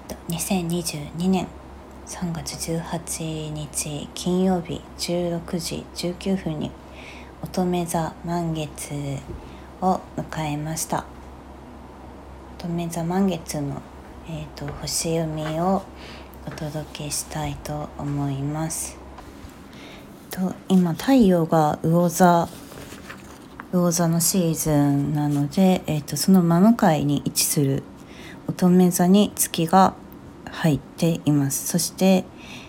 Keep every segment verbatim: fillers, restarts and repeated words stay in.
にせんにじゅうにねんさんがつじゅうはちにち金曜日じゅうろくじじゅうきゅうふんに乙女座満月を迎えました。乙女座満月の、えーと、星読みをお届けしたいと思います。と今太陽が魚座魚座のシーズンなので、えーと、その真向かいに位置する乙女座に月が入っています。そして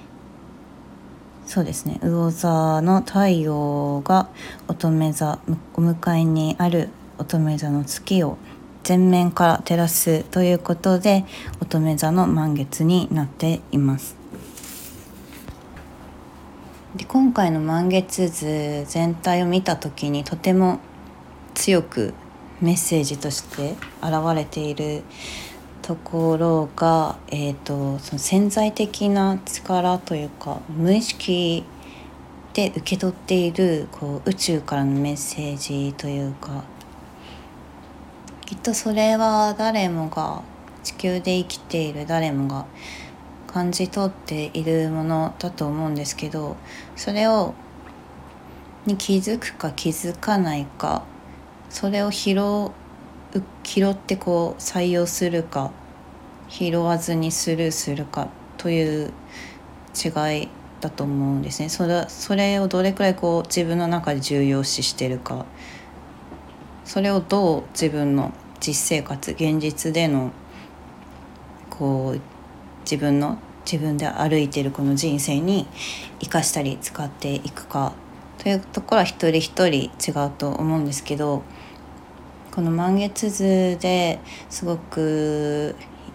そうですね、魚座の太陽が乙女座お向かいにある乙女座の月を全面から照らすということで、乙女座の満月になっています。で今回の満月図全体を見た時にとても強くメッセージとして現れているところが、えーと、その潜在的な力というか、無意識で受け取っているこう宇宙からのメッセージというか、きっとそれは誰もが地球で生きている誰もが感じ取っているものだと思うんですけど、それをに気づくか気づかないか、それを拾う拾ってこう採用するか拾わずにスルーするかという違いだと思うんですね。それ、それをどれくらいこう自分の中で重要視してるか、それをどう自分の実生活現実でのこう自分の自分で歩いているこの人生に生かしたり使っていくかというところは一人一人違うと思うんですけど、この満月図ですごく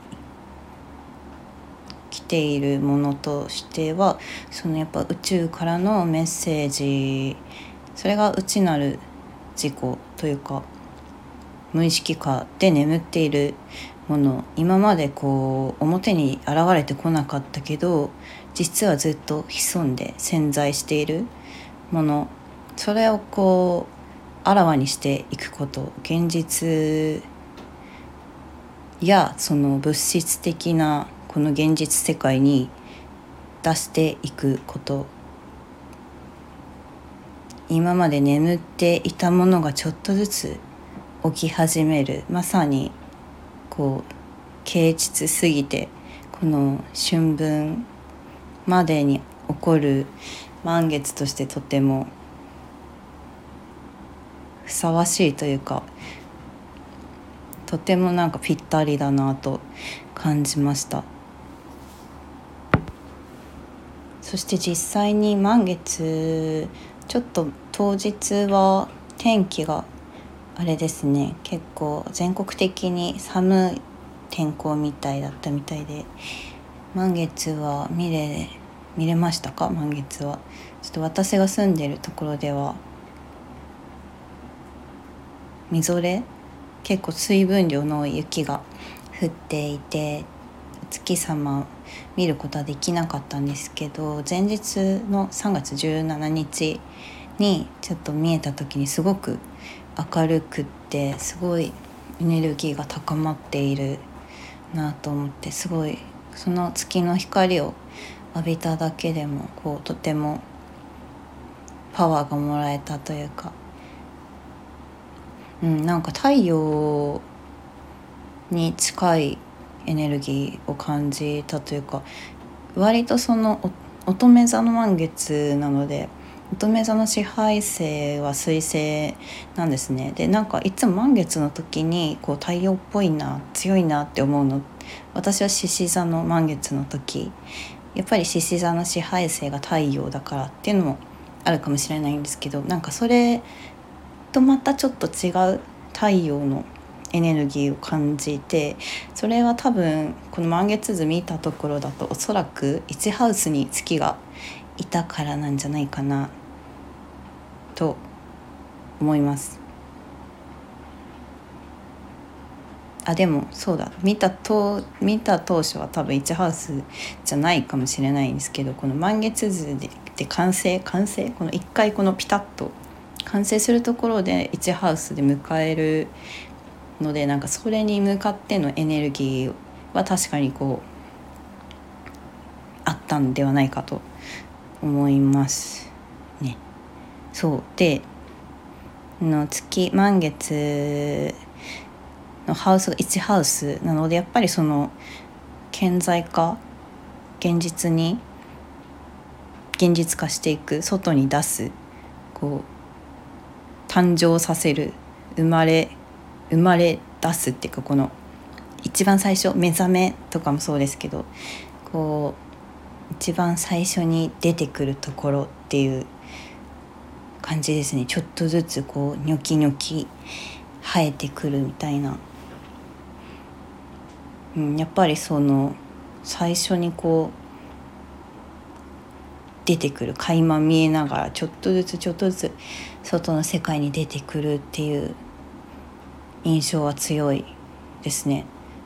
来ているものとしては、そのやっぱ宇宙からのメッセージ、それが内なる自己というか無意識下で眠っているもの、今までこう表に現れてこなかったけど実はずっと潜んで潜在しているもの、それをこうあらわにしていくこと、現実やその物質的なこの現実世界に出していくこと、今まで眠っていたものがちょっとずつ起き始める、まさにこう啓蟄すぎてこの春分までに起こる満月としてとてもふさわしいというか、とてもなんかぴったりだなと感じました。そして実際に満月ちょっと当日は天気があれですね、結構全国的に寒い天候みたいだったみたいで、満月は見れ見れましたか？満月はちょっと私が住んでいるところではみぞれ、結構水分量の多い雪が降っていて月様見ることはできなかったんですけど、前日のさんがつじゅうしちにちにちょっと見えた時にすごく明るくってすごいエネルギーが高まっているなと思って、すごいその月の光を浴びただけでもこうとてもパワーがもらえたというか、うん、なんか太陽に近いエネルギーを感じたというか、割とその乙女座の満月なので、乙女座の支配星は水星なんですね。でなんかいつも満月の時にこう太陽っぽいな強いなって思うの、私は獅子座の満月の時、やっぱり獅子座の支配星が太陽だからっていうのもあるかもしれないんですけど、なんかそれとまたちょっと違う太陽のエネルギーを感じて、それは多分この満月図見たところだとおそらくいちハウスに月がいたからなんじゃないかなと思います。あでもそうだ、見たと見た当初は多分いちハウスじゃないかもしれないんですけど、この満月図でで完成完成このいっかいこのピタッと完成するところでいちハウスで迎えるので、なんかそれに向かってのエネルギーは確かにこったんではないかと思いますね。そうでの月満月のハウスがいちハウスなので、やっぱりその顕在化、現実に現実化していく、外に出す、こう誕生させる、生まれ生まれ出すっていうか、この一番最初、目覚めとかもそうですけど、こう一番最初に出てくるところっていう感じですね。ちょっとずつこうニョキニョキ生えてくるみたいな、うん、やっぱりその最初にこう出てくる、垣間見えながらちょっとずつちょっとずつ外の世界に出てくるっていう印象は強いですね。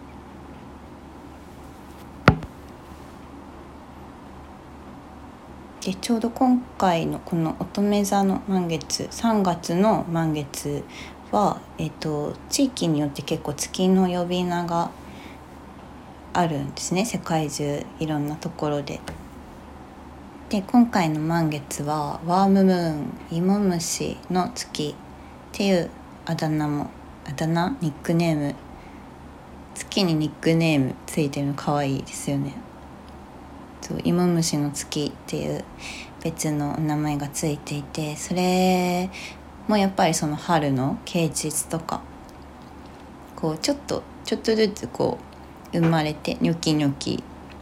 でちょうど今回のこの乙女座の満月、さんがつの満月は、えっと、地域によって結構月の呼び名があるんですね、世界中いろんなところで。で今回の満月はワームムーン、芋虫の月っていうあだ名もあだ名ニックネーム、月にニックネームついてるの可愛いですよね。そう芋虫の月っていう別の名前がついていて、それもやっぱりその春の啓蟄とか、こうちょっとちょっとずつこう生まれてニョキニョキ、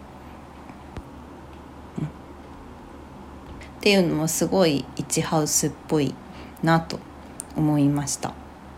うん、っていうのもすごいいちハウスっぽいなと思いました。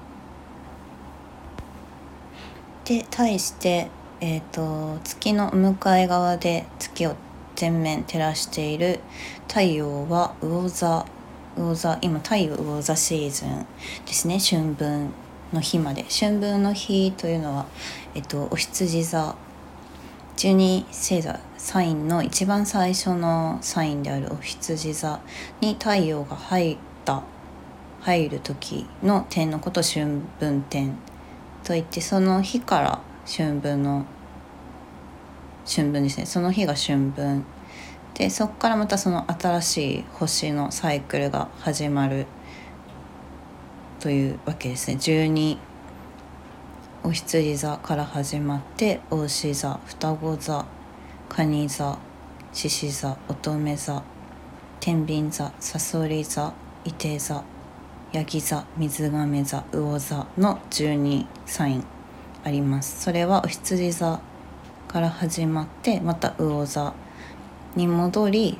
で対して、えーと、月の向かい側で月を全面照らしている太陽は魚座魚座今太陽魚座シーズンですね。春分の日まで、春分の日というのは、えっと、お羊座、じゅうに星座サインの一番最初のサインであるお羊座に太陽が入った入る時の点のことを春分点といって、その日から春分の春分ですね。その日が春分で、そこからまたその新しい星のサイクルが始まるというわけですね。じゅうにお羊座から始まって、牡牛座、双子座、蟹座、獅子座、乙女座、天秤座、さそり座、射手座、ヤギ座、水亀座、魚座のじゅうにサインあります。それはお羊座から始まって、また魚座に戻り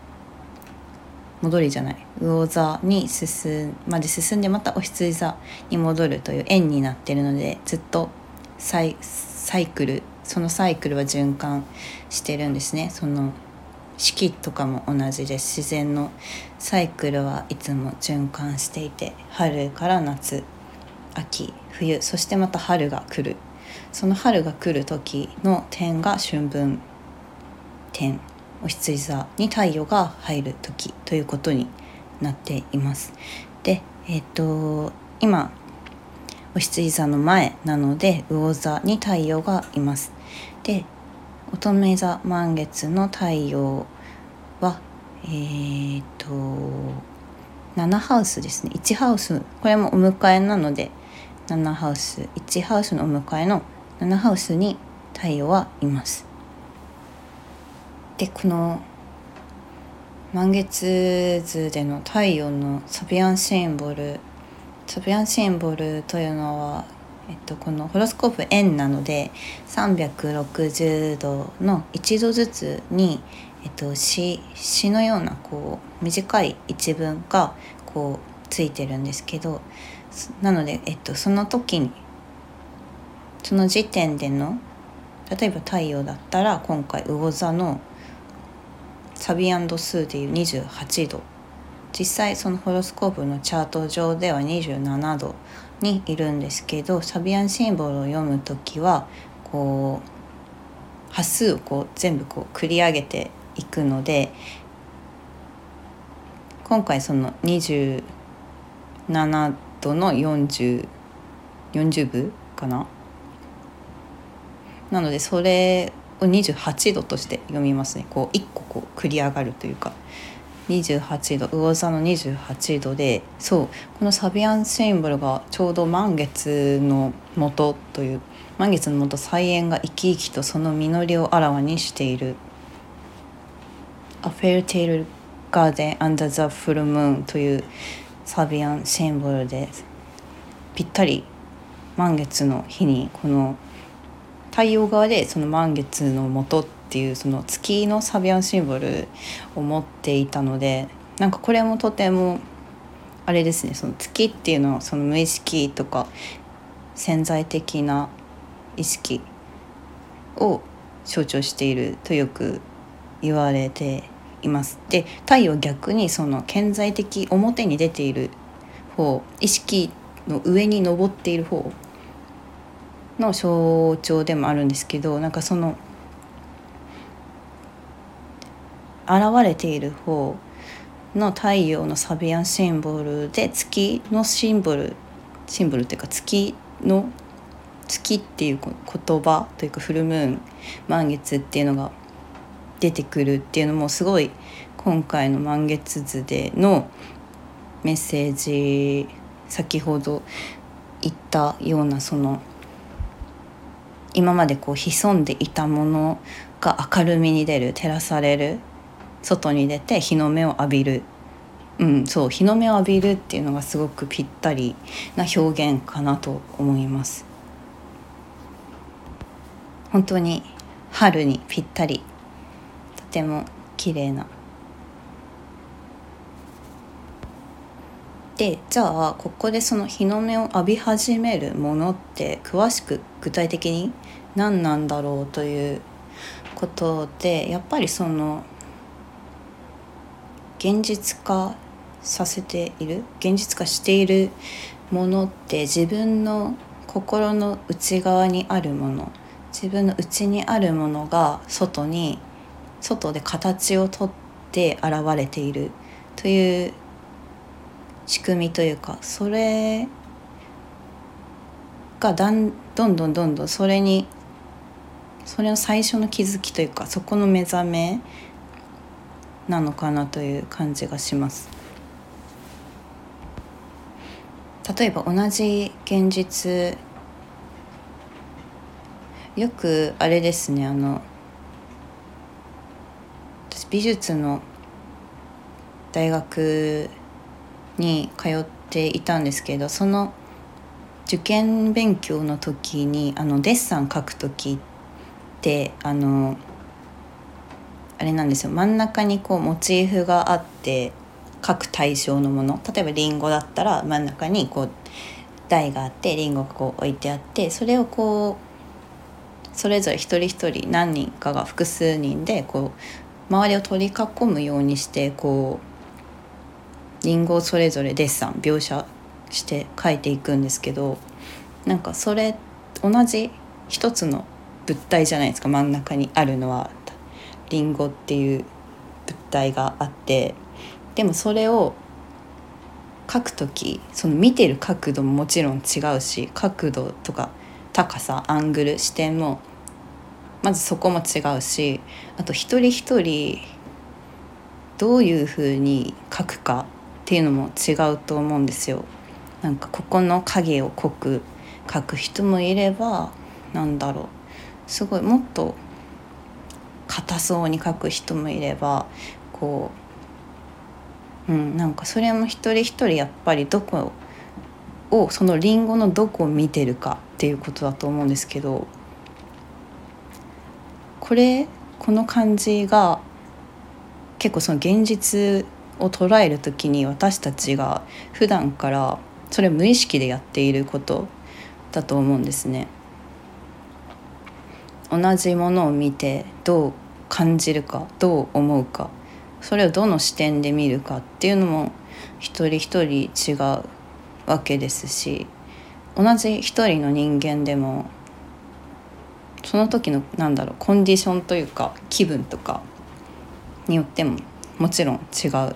戻りじゃない魚座に進まで進んで、またお羊座に戻るという円になっているので、ずっとサイ、サイクルそのサイクルは循環してるんですね。その四季とかも同じです。自然のサイクルはいつも循環していて、春から夏、秋、冬、そしてまた春が来る。その春が来る時の点が春分点、お羊座に太陽が入る時ということになっています。で、えっと今お羊座の前なので魚座に太陽がいます。で、乙女座満月の太陽はえー、っとななハウスですね。いちハウス、これもお迎えなのでななハウス、いちハウスのお迎えのななハウスに太陽はいます。で、この満月図での太陽のサビアンシンボルサビアンシンボルというのは、えっと、このホロスコープ円なのでさんびゃくろくじゅうどの一度ずつに、えっと、詩, 詩のようなこう短い一文がこうついてるんですけど、なので、えっと、その時にその時点での、例えば太陽だったら今回魚座のサビアン度数でいうにじゅうはちど、実際そのホロスコープのチャート上ではにじゅうななどにいるんですけど、サビアンシンボルを読むときはこう波数をこう全部こう繰り上げていくので、今回そのにじゅうななどのよんじゅう、よんじゅうぶかな、なのでそれをにじゅうはちどとして読みますね。こういっここう繰り上がるというか、にじゅうはちど、魚座のにじゅうはちどで、そうこのサビアンシンボルがちょうど満月の元という、満月の元菜園が生き生きとその実りをあらわにしている A Fairy Tale Garden Under the Full Moon というサビアンシンボルで、ぴったり満月の日にこの太陽側でその満月の元っていうその月のサビアンシンボルを持っていたので、なんかこれもとてもあれですね、その月っていうのはその無意識とか潜在的な意識を象徴しているとよく言われています。で、太陽逆にその顕在的表に出ている方、意識の上に上っている方の象徴でもあるんですけど、なんかその現れている方の太陽のサビアンシンボルで、月のシンボルシンボルっていうか月の月っていう言葉というかフルムーン、満月っていうのが出てくるっていうのもすごい今回の満月図でのメッセージ、先ほど言ったようなその今までこう潜んでいたものが明るみに出る、照らされる、外に出て日の目を浴びる、うん、そう日の目を浴びるっていうのがすごくぴったりな表現かなと思います。本当に春にぴったり、とても綺麗な。で、じゃあここでその日の目を浴び始めるものって詳しく具体的に何なんだろうということで、やっぱりその現実化させている、現実化しているものって自分の心の内側にあるもの、自分の内にあるものが外に外で形をとって現れているという仕組みというか、それがだんどんどんどんどんそれにそれの最初の気づきというか、そこの目覚めなのかなという感じがします。例えば同じ現実、よくあれですね、あの私美術の大学に通っていたんですけど、その受験勉強の時にあのデッサン描く時ってあのあれなんですよ、真ん中にこうモチーフがあって描く対象のもの、例えばリンゴだったら真ん中にこう台があってリンゴがこう置いてあって、それをこうそれぞれ一人一人何人かが複数人でこう周りを取り囲むようにしてこうリンゴをそれぞれデッサン描写して描いていくんですけど、なんかそれ同じ一つの物体じゃないですか。真ん中にあるのはリンゴっていう物体があって、でもそれを描くときその見てる角度ももちろん違うし、角度とか高さ、アングル、視点もまずそこも違うし、あと一人一人どういうふうに描くかっていうのも違うと思うんですよ。なんかここの影を濃く描く人もいれば、なんだろう、すごいもっと硬そうに描く人もいれば、こう、うん、なんかそれも一人一人やっぱりどこをそのリンゴのどこを見てるかっていうことだと思うんですけど、これこの感じが結構その現実を捉えるときに私たちが普段からそれを無意識でやっていることだと思うんですね。同じものを見てどう感じるか、どう思うか、それをどの視点で見るかっていうのも一人一人違うわけですし、同じ一人の人間でもその時のなんだろうコンディションというか気分とかによってももちろん違う。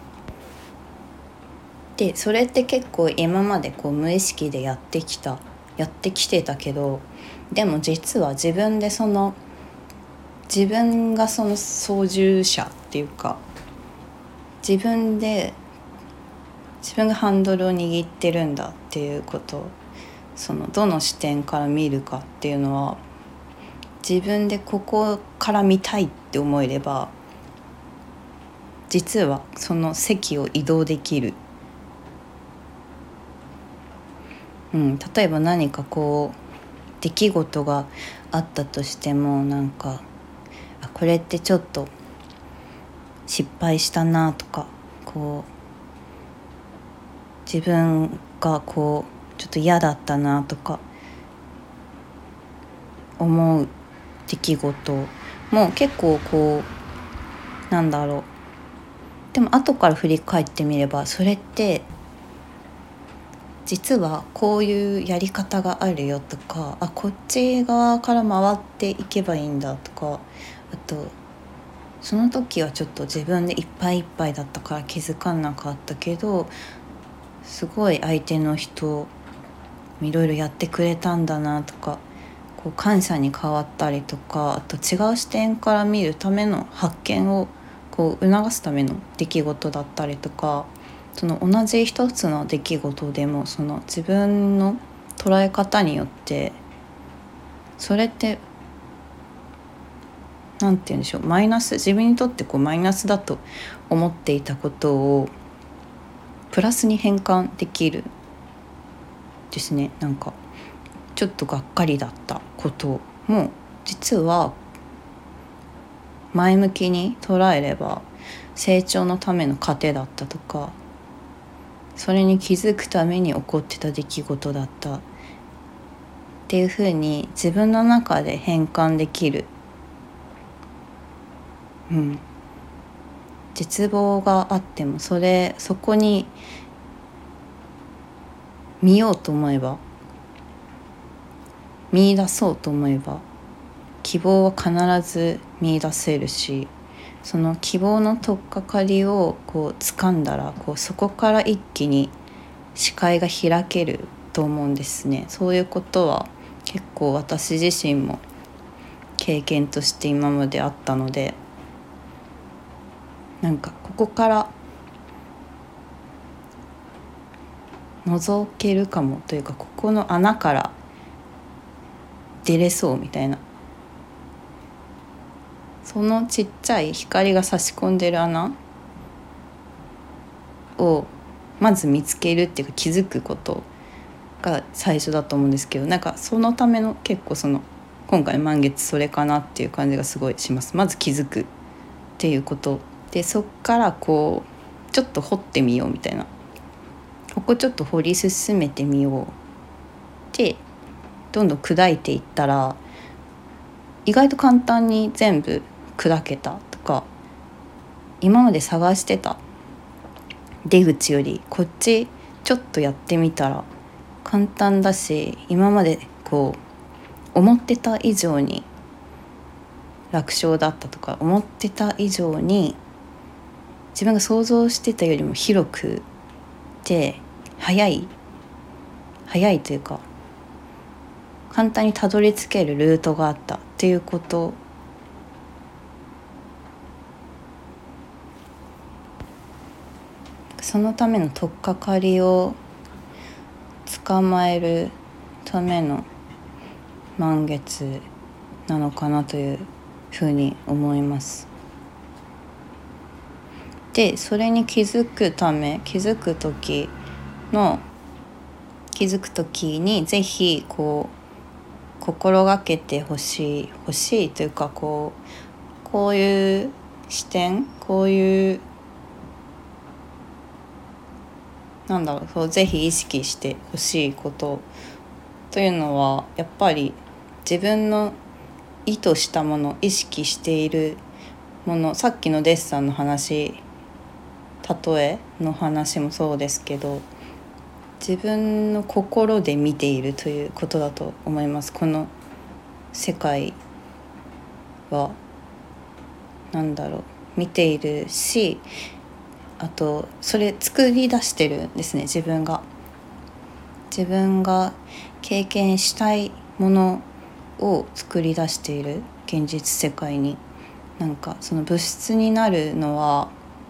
でそれって結構今までこう無意識でやってきたやってきてたけど、でも実は自分でその自分がその操縦者っていうか、自分で自分がハンドルを握ってるんだっていうこと、そのどの視点から見るかっていうのは自分でここから見たいって思えれば、実はその席を移動できる、うん、例えば何かこう出来事があったとしても、なんかあこれってちょっと失敗したなとか、こう自分がこうちょっと嫌だったなとか思う出来事も結構こうなんだろう、でも後から振り返ってみれば、それって実はこういうやり方があるよとか、あこっち側から回っていけばいいんだとか、あとその時はちょっと自分でいっぱいいっぱいだったから気づかなかったけど、すごい相手の人いろいろやってくれたんだなとか、こう感謝に変わったりとか、あと違う視点から見るための発見をこう促すための出来事だったりとか、その同じ一つの出来事でもその自分の捉え方によってそれってなんて言うんでしょう、マイナス、自分にとってこうマイナスだと思っていたことをプラスに変換できるですね。なんかちょっとがっかりだったことも実は前向きに捉えれば成長のための糧だったとか、それに気づくために起こってた出来事だったっていうふうに自分の中で変換できる、うん、絶望があってもそれそこに見ようと思えば、見出そうと思えば希望は必ず見出せるし、その希望の取っかかりをこう掴んだらこうそこから一気に視界が開けると思うんですね。そういうことは結構私自身も経験として今まであったので、なんかここから覗けるかもというか、ここの穴から出れそうみたいな、そのちっちゃい光が差し込んでる穴をまず見つけるっていうか気づくことが最初だと思うんですけど、なんかそのための結構その今回満月それかなっていう感じがすごいします。まず気づくっていうことで、そっからこうちょっと掘ってみようみたいな、ここちょっと掘り進めてみようってどんどん砕いていったら意外と簡単に全部砕けたとか、今まで探してた出口よりこっちちょっとやってみたら簡単だし、今までこう思ってた以上に楽勝だったとか、思ってた以上に自分が想像してたよりも広くて早い早いというか簡単にたどり着けるルートがあったっていうこと、そのための取っかかりを捕まえるための満月なのかなというふうに思います。でそれに気づくため気づく時の気づく時にぜひこう心がけてほしい欲しいというか、こうこういう視点、こういうなんだろう、そうぜひ意識してほしいことというのは、やっぱり自分の意図したもの、意識しているもの、さっきのデッサンの話、例えの話もそうですけど、自分の心で見ているということだと思います。この世界はなんだろう、見ているし、あとそれ作り出してるんですね、自分が。 自分が経験したいものを作り出している現実世界に、なんかその物質になるのは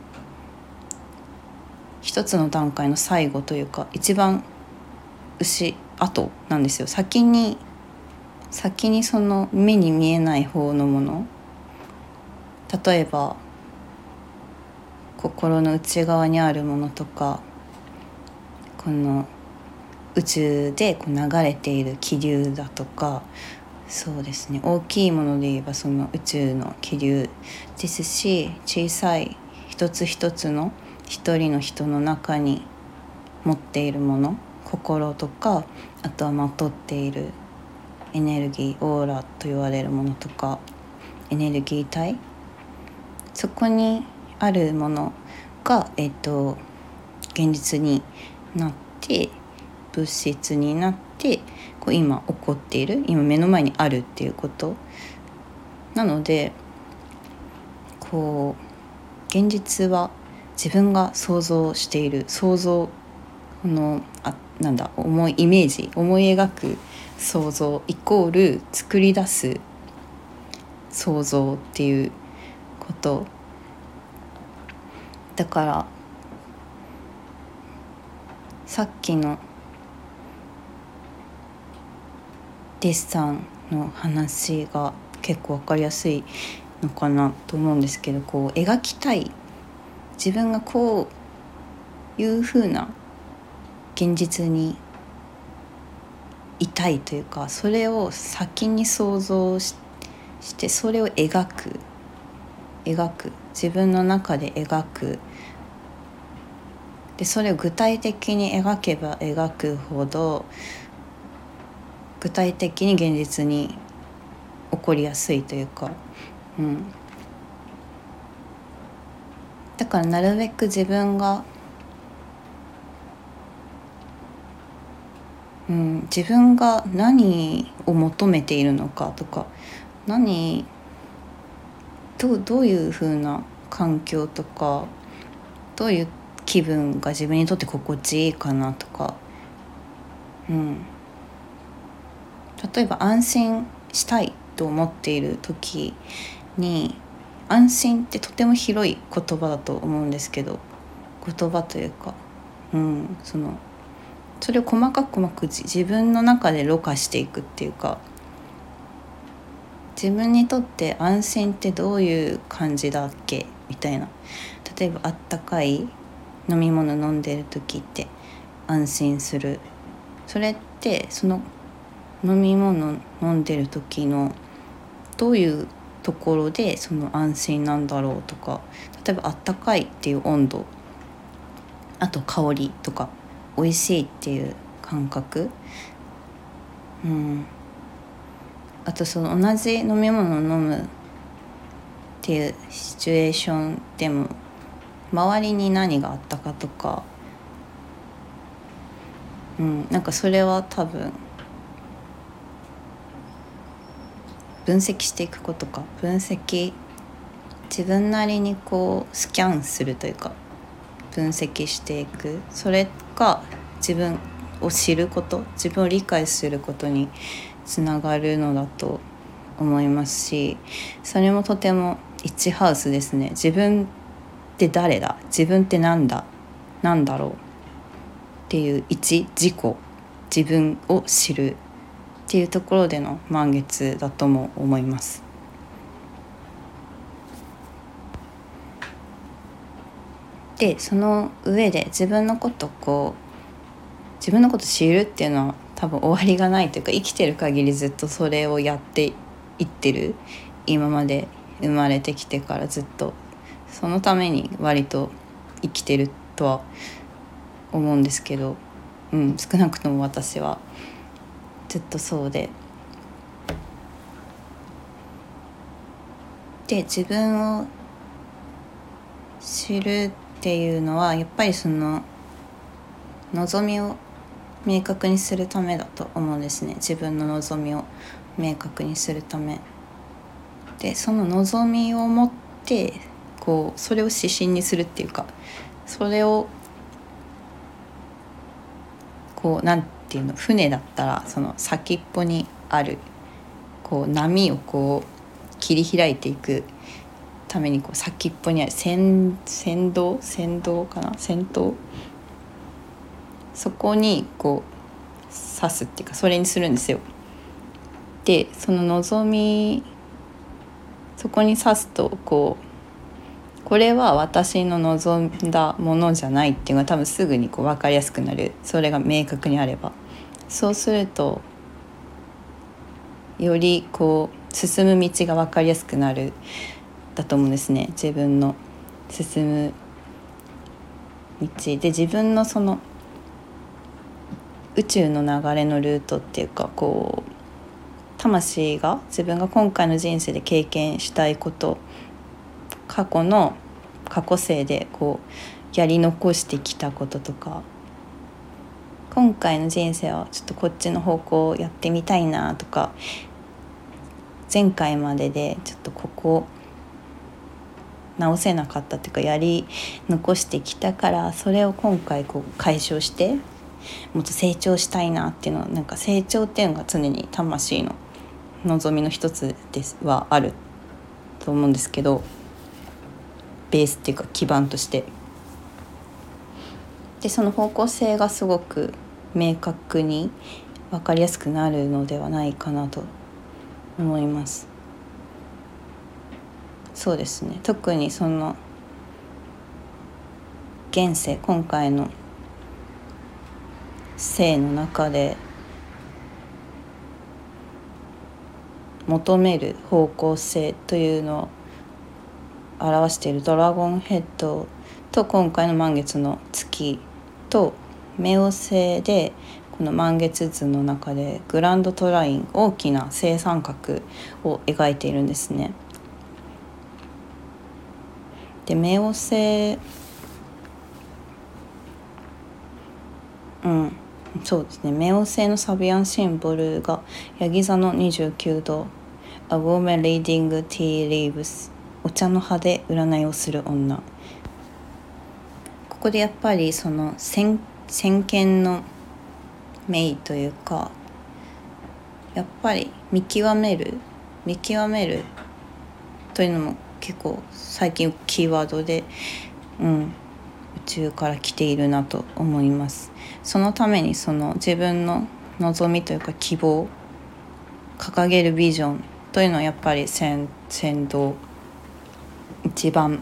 一つの段階の最後というか、一番後後なんですよ。先に先にその目に見えない方のもの、例えば心の内側にあるものとか、この宇宙でこう流れている気流だとか、そうですね、大きいもので言えばその宇宙の気流ですし、小さい一つ一つの一人の人の中に持っているもの、心とか、あとはまとっているエネルギー、オーラと言われるものとか、エネルギー体、そこにあるものが、えっと、現実になって物質になって、こう今起こっている、今目の前にあるっていうことなので、こう現実は自分が想像している想像のあなんだ思いイメージ思い描く想像イコール作り出す想像っていうことだから、さっきのデッサンの話が結構わかりやすいのかなと思うんですけど、こう描きたい、自分がこういう風な現実にいたいというか、それを先に想像 し, してそれを描く描く自分の中で描く。でそれを具体的に描けば描くほど具体的に現実に起こりやすいというか、うん、だからなるべく自分が、うん、自分が何を求めているのかとか、何 ど, どういうふうな環境とか、どういう気分が自分にとって心地いいかなとか、うん、例えば安心したいと思っている時に、安心ってとても広い言葉だと思うんですけど、言葉というか、うん、そのそれを細かく細かく自分の中でろ過していくっていうか、自分にとって安心ってどういう感じだっけみたいな。例えばあったかい飲み物飲んでる時って安心する。それってその飲み物飲んでる時のどういうところでその安心なんだろうとか、例えばあったかいっていう温度、あと香りとか美味しいっていう感覚、うん、あとその同じ飲み物を飲むっていうシチュエーションでも周りに何があったかとか、うん、なんかそれは多分分析していくことか、分析自分なりにこうスキャンするというか分析していく、それが自分を知ること、自分を理解することにつながるのだと思いますし、それもとてもイッチハウスですね。自分って誰だ、自分ってなんだなんだろうっていう一自己、自分を知るっていうところでの満月だとも思います。でその上で自分のことこう自分のこと知るっていうのは多分終わりがないというか、生きてる限りずっとそれをやっていってる。今まで生まれてきてからずっとそのために割と生きてるとは思うんですけど、うん、少なくとも私はずっとそうで、で自分を知るっていうのはやっぱりその望みを明確にするためだと思うんですね。自分の望みを明確にするためで、その望みを持ってこうそれを指針にするっていうか、それをこうなんてていうの、船だったらその先っぽにあるこう波をこう切り開いていくためにこう先っぽにある先先導先導かな先頭、そこにこう刺すっていうかそれにするんですよ。でその望み、そこに刺すとこうこれは私の望んだものじゃないっていうのが多分すぐにこう分かりやすくなる。それが明確にあれば、そうするとよりこう進む道が分かりやすくなるだと思うんですね。自分の進む道で自分のその宇宙の流れのルートっていうか、こう魂が自分が今回の人生で経験したいこと、過去の過去生でこうやり残してきたこととか、今回の人生はちょっとこっちの方向をやってみたいなとか、前回まででちょっとここ直せなかったっていうかやり残してきたから、それを今回こう解消してもっと成長したいなっていうのは、なんか成長っていうのが常に魂の望みの一つですはあると思うんですけど、ベースっていうか基盤として、でその方向性がすごく明確に分かりやすくなるのではないかなと思います。そうですね、特にその現世今回の生の中で求める方向性というのを表しているドラゴンヘッドと今回の満月の月と冥王星で、この満月図の中でグランドトライン、大きな正三角を描いているんですね。で冥王星、うんそうですね、冥王星のサビアンシンボルがヤギ座のにじゅうきゅうど A woman reading tea leaves、 お茶の葉で占いをする女。ここでやっぱりその 先, 先見の明というか、やっぱり見極める見極めるというのも結構最近キーワードで、うん、宇宙から来ているなと思います。そのためにその自分の望みというか希望、掲げるビジョンというのはやっぱり先先導一番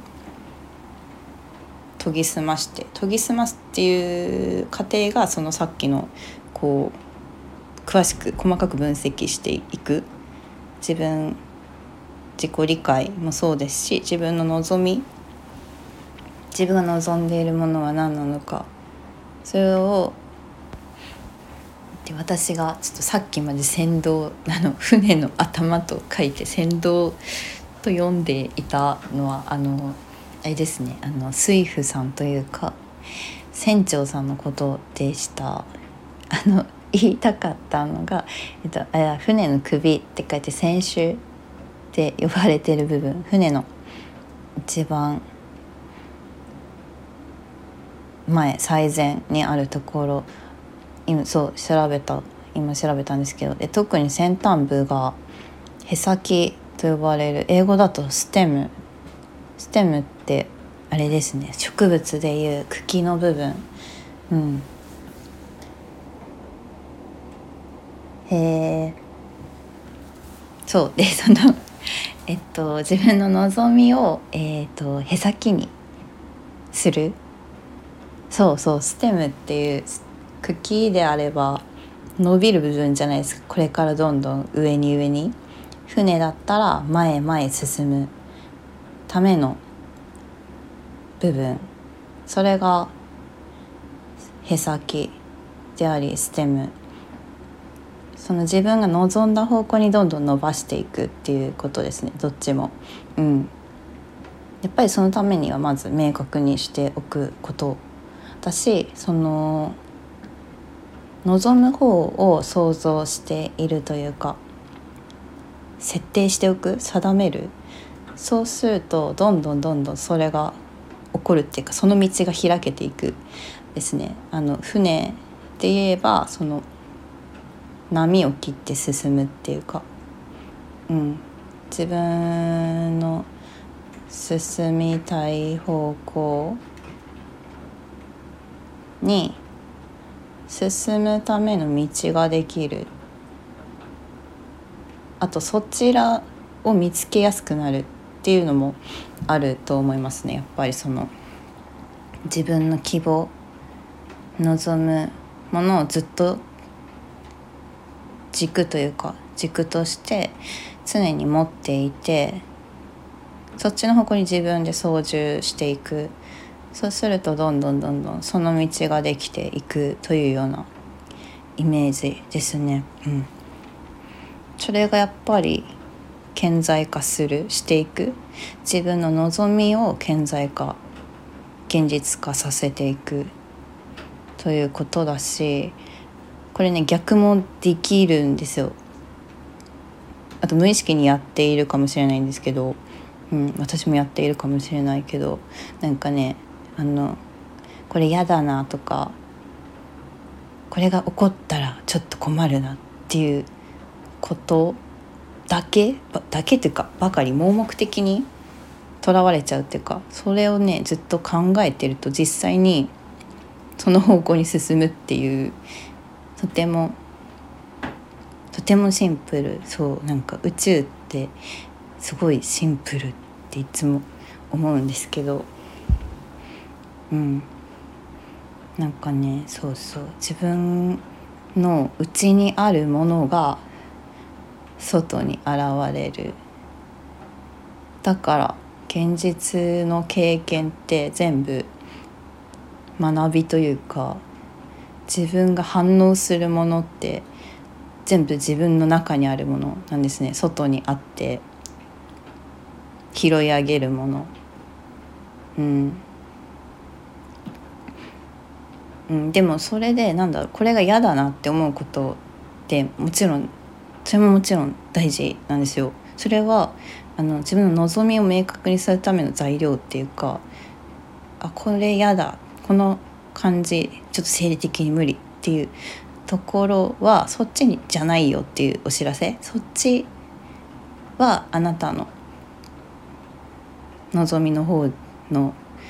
研ぎ澄まして研ぎ澄ますっていう過程が、そのさっきのこう詳しく細かく分析していく自分自己理解もそうですし、自分の望み、自分が望んでいるものは何なのか、それをで私がちょっとさっきまで船頭、あの船の頭と書いて船頭と読んでいたのは、あのあれですね、あの水夫さんというか船長さんのことでした。あの言いたかったのが、えっと、あ船の首って書いて船首って呼ばれてる部分、船の一番前最前にあるところ、今そう調べた今調べたんですけど、で特に先端部がへさきと呼ばれる、英語だとステムステムってあれですね、植物でいう茎の部分、うんへえそうで、そのえっと自分の望みをえっとへさきにする、そうそう、ステムっていう茎であれば伸びる部分じゃないですか。これからどんどん上に上に、船だったら前へ前へ進むための部分、それがへさきでありステム、その自分が望んだ方向にどんどん伸ばしていくっていうことですね、どっちも。うんやっぱりそのためにはまず明確にしておくことだし、その望む方を想像しているというか、設定しておく、定める、そうするとどんどんどんどんそれが起こるっていうか、その道が開けていくですね。あの船で言えばその波を切って進むっていうか、うん、自分の進みたい方向に進むための道ができる。あとそちらを見つけやすくなるっていうのもあると思いますね。やっぱりその自分の希望、望むものをずっと軸というか軸として常に持っていて、そっちの方向に自分で操縦していく。そうするとどんどんどんどんその道ができていくというようなイメージですね。うん、それがやっぱり顕在化するしていく、自分の望みを顕在化現実化させていくということだし、これね逆もできるんですよ。あと無意識にやっているかもしれないんですけど、うん、私もやっているかもしれないけど、なんかねあのこれやだなとか、これが起こったらちょっと困るなっていうことだけだけというかばかり盲目的にとらわれちゃうっていうか、それをねずっと考えてると実際にその方向に進むっていう、とてもとてもシンプル。そうなんか宇宙ってすごいシンプルっていつも思うんですけど、うんなんかねそうそう自分の内にあるものが外に現れる。だから現実の経験って全部学びというか、自分が反応するものって全部自分の中にあるものなんですね。外にあって拾い上げるもの、うんうん、でもそれでなんだろう、これが嫌だなって思うことってもちろんそれももちろん大事なんですよ。それはあの自分の望みを明確にするための材料っていうか、あこれ嫌だ、この感じちょっと生理的に無理っていうところはそっちにじゃないよっていうお知らせ。そっちはあなたの望みの方の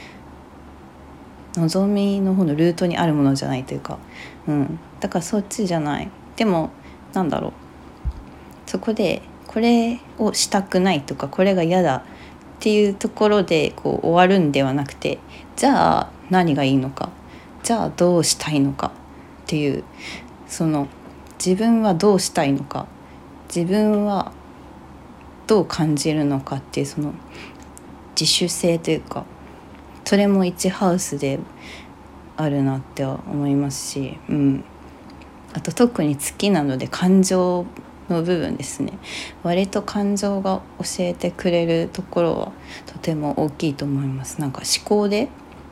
望みの方のルートにあるものじゃないというか、うん、だからそっちじゃない。でもなんだろう、そこでこれをしたくないとかこれが嫌だっていうところでこう終わるんではなくて、じゃあ何がいいのか、じゃあどうしたいのかっていう、その自分はどうしたいのか、自分はどう感じるのかっていうその自主性というか、それも一ハウスであるなっては思いますし、うん、あと特に好きなので感情の部分ですね。割と感情が教えてくれるところはとても大きいと思います。なんか思考で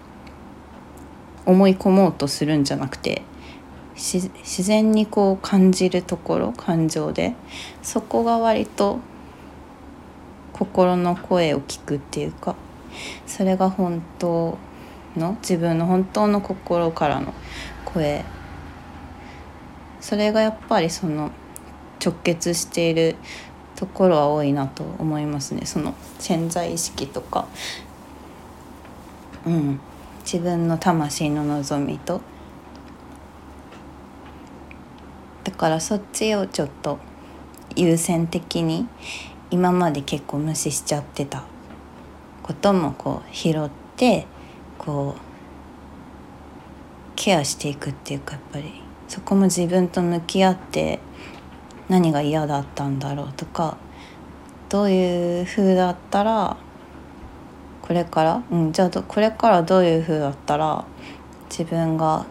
思い込もうとするんじゃなくて、自然にこう感じるところ、感情でそこが割と心の声を聞くっていうか、それが本当の自分の本当の心からの声、それがやっぱりその直結しているところは多いなと思いますね。その潜在意識とか、うん、自分の魂の望みと、だからそっちをちょっと優先的に今まで結構無視しちゃってたこともこう拾ってこうケアしていくっていうか、やっぱりそこも自分と向き合って何が嫌だったんだろうとか、どういう風だったらこれから、うん、じゃあこれからどういう風だったら自分が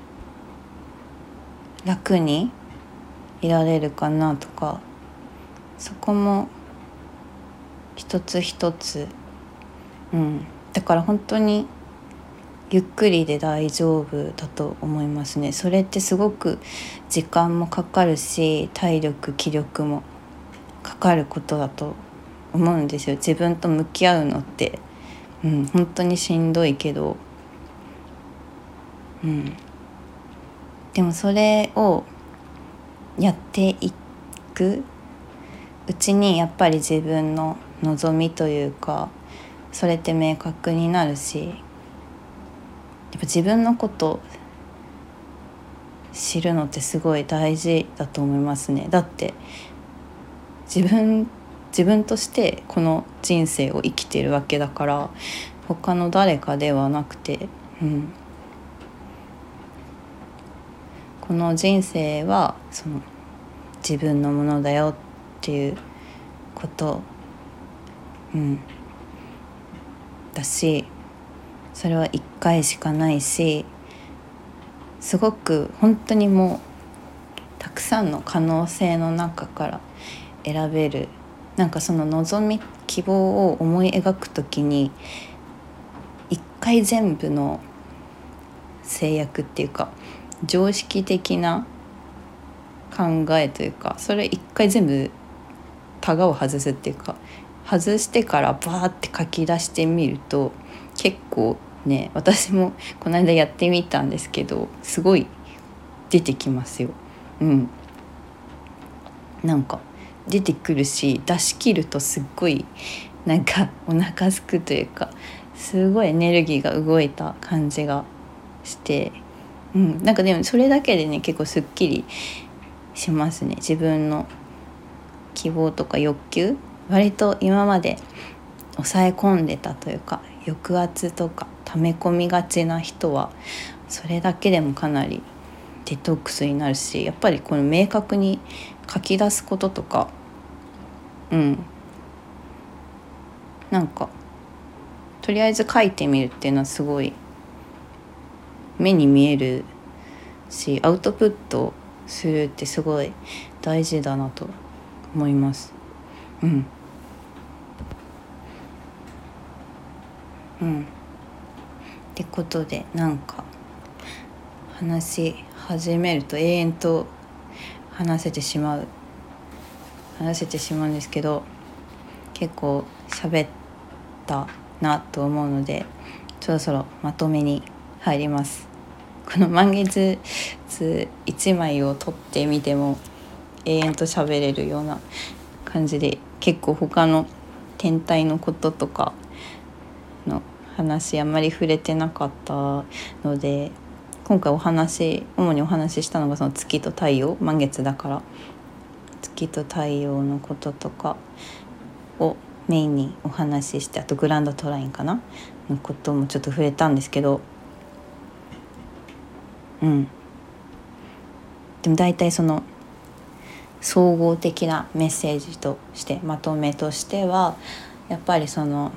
楽にいられるかなとか、そこも一つ一つ、うん、だから本当にゆっくりで大丈夫だと思いますね。それってすごく時間もかかるし体力気力もかかることだと思うんですよ。自分と向き合うのって、うん、本当にしんどいけど、うん、でもそれをやっていくうちにやっぱり自分の望みというかそれって明確になるし、やっぱ自分のこと知るのってすごい大事だと思いますね。だって自分自分としてこの人生を生きているわけだから、他の誰かではなくて、うん、この人生はその自分のものだよっていうこと、うん、だし、それは一回しかないし、すごく本当にもうたくさんの可能性の中から選べる。なんかその望み希望を思い描くときに一回全部の制約っていうか常識的な考えというか、それ一回全部タガを外すっていうか、外してからバーって書き出してみると結構ね、私もこの間やってみたんですけど、すごい出てきますよ。うん、なんか出てくるし、出し切るとすっごいなんかお腹すくというか、すごいエネルギーが動いた感じがして、うん、なんかでもそれだけでね結構すっきりしますね。自分の希望とか欲求、割と今まで抑え込んでたというか、抑圧とか溜め込みがちな人はそれだけでもかなりデトックスになるし、やっぱりこの明確に書き出すこととか、うんなんかとりあえず書いてみるっていうのはすごい目に見えるし、アウトプットするってすごい大事だなと思います。うんうんってことで、なんか話し始めると永遠と話せてしまう話せてしまうんですけど、結構喋ったなと思うので、そろそろまとめに入ります。この満月図いちまいを撮ってみても永遠と喋れるような感じで、結構他の天体のこととかの話あんまり触れてなかったので、今回お話主にお話ししたのがその月と太陽、満月だから月と太陽のこととかをメインにお話しして、あとグランドトラインかなのこともちょっと触れたんですけど、うんでも大体その総合的なメッセージとしてまとめとしては、やっぱりその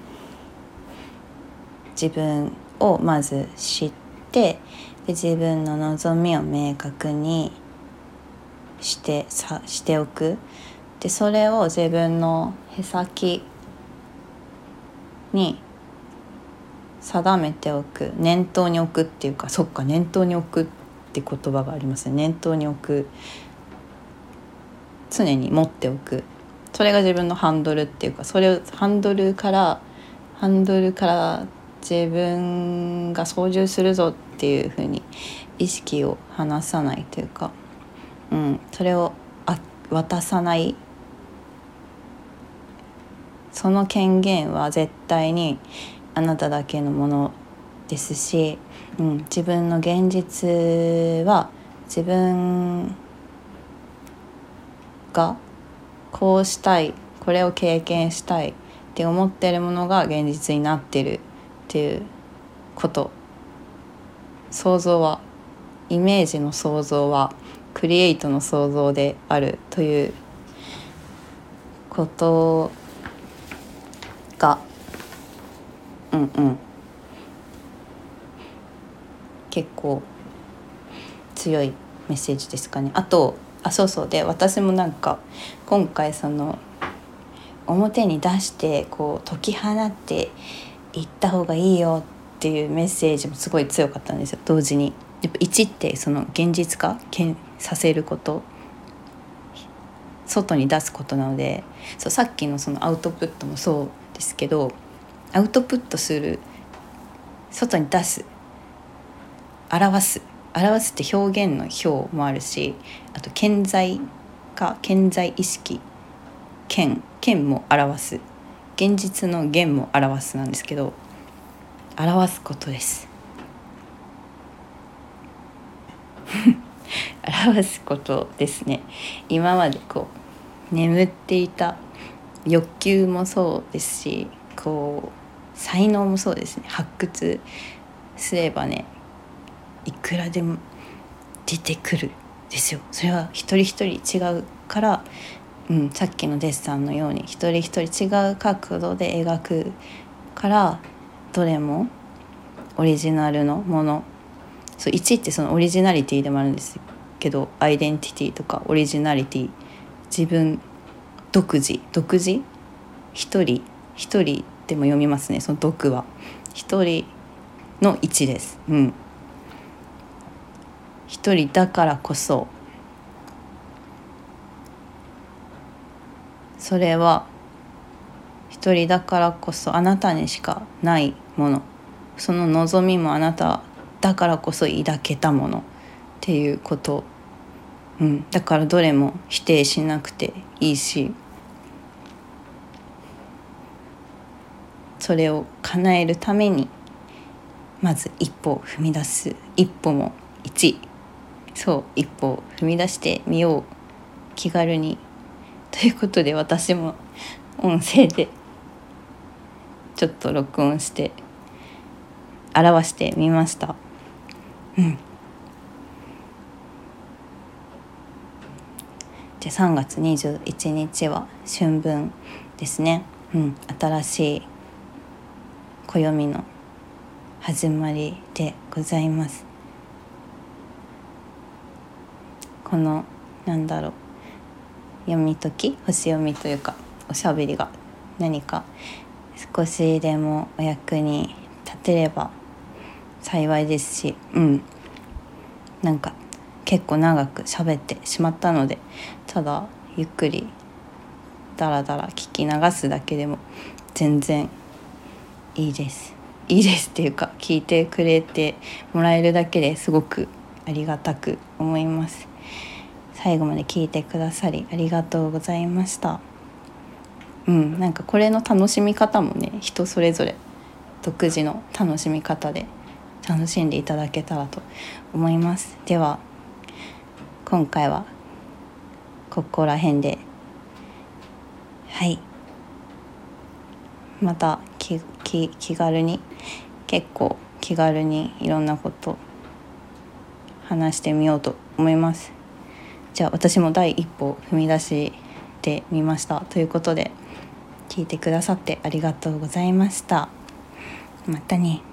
自分をまず知って、で自分の望みを明確にしてさしておく。でそれを自分のへさきに定めておく、念頭に置くっていうか、そっか念頭に置くって言葉がありますね。念頭に置く、常に持っておく、それが自分のハンドルっていうか、それをハンドルからハンドルから自分が操縦するぞっていう風に意識を離さないというか、うん、それをあ渡さない、その権限は絶対にあなただけのものですし、うん、自分の現実は自分がこうしたい、これを経験したいって思ってるものが現実になってるっていうこと。想像は、イメージの想像はクリエイトの想像であるということが、うんうん結構強いメッセージですかね。あとあそうそうで、私もなんか今回その表に出してこう解き放っていった方がいいよっていうメッセージもすごい強かったんですよ。同時にやっぱいちってその現実化させること、外に出すことなので、そうさっきのそのアウトプットもそうですけど、アウトプットする、外に出す、表す表すって表現の表もあるし、あと顕在か顕在意識、顕顕も表す、現実の現も表すなんですけど、表すことです。表すことですね。今までこう眠っていた欲求もそうですし、こう才能もそうですね。発掘すればね、いくらでも出てくるですよ。それは一人一人違うから、うん、さっきのデッサンのように一人一人違う角度で描くから、どれもオリジナルのもの、そういちってそのオリジナリティでもあるんですけど、アイデンティティとかオリジナリティ、自分独自独自一人一人でも読みますね。その独は一人の一です。うん。一人だからこそ、それは一人だからこそあなたにしかないもの、その望みもあなただからこそ抱けたものっていうこと、うん、だからどれも否定しなくていいし、それを叶えるためにまず一歩を踏み出す、一歩も一、そう一歩を踏み出してみよう、気軽に。ということで、私も音声でちょっと録音して表してみました。うん。でさんがつにじゅういちにちは春分ですね。うん、新しい暦の始まりでございます。このなんだろう、読み解き、星読みというかおしゃべりが何か少しでもお役に立てれば幸いですし、うん、なんか結構長く喋ってしまったので、ただゆっくりだらだら聞き流すだけでも全然いいですいいですっていうか、聞いてくれてもらえるだけですごくありがたく思います。最後まで聞いてくださりありがとうございました。うん、なんかこれの楽しみ方もね、人それぞれ独自の楽しみ方で楽しんでいただけたらと思います。では今回はここら辺で、はい、また気、気、気軽に、結構気軽にいろんなこと話してみようと思います。じゃあ私も第一歩踏み出してみましたということで、聞いてくださってありがとうございました。またね。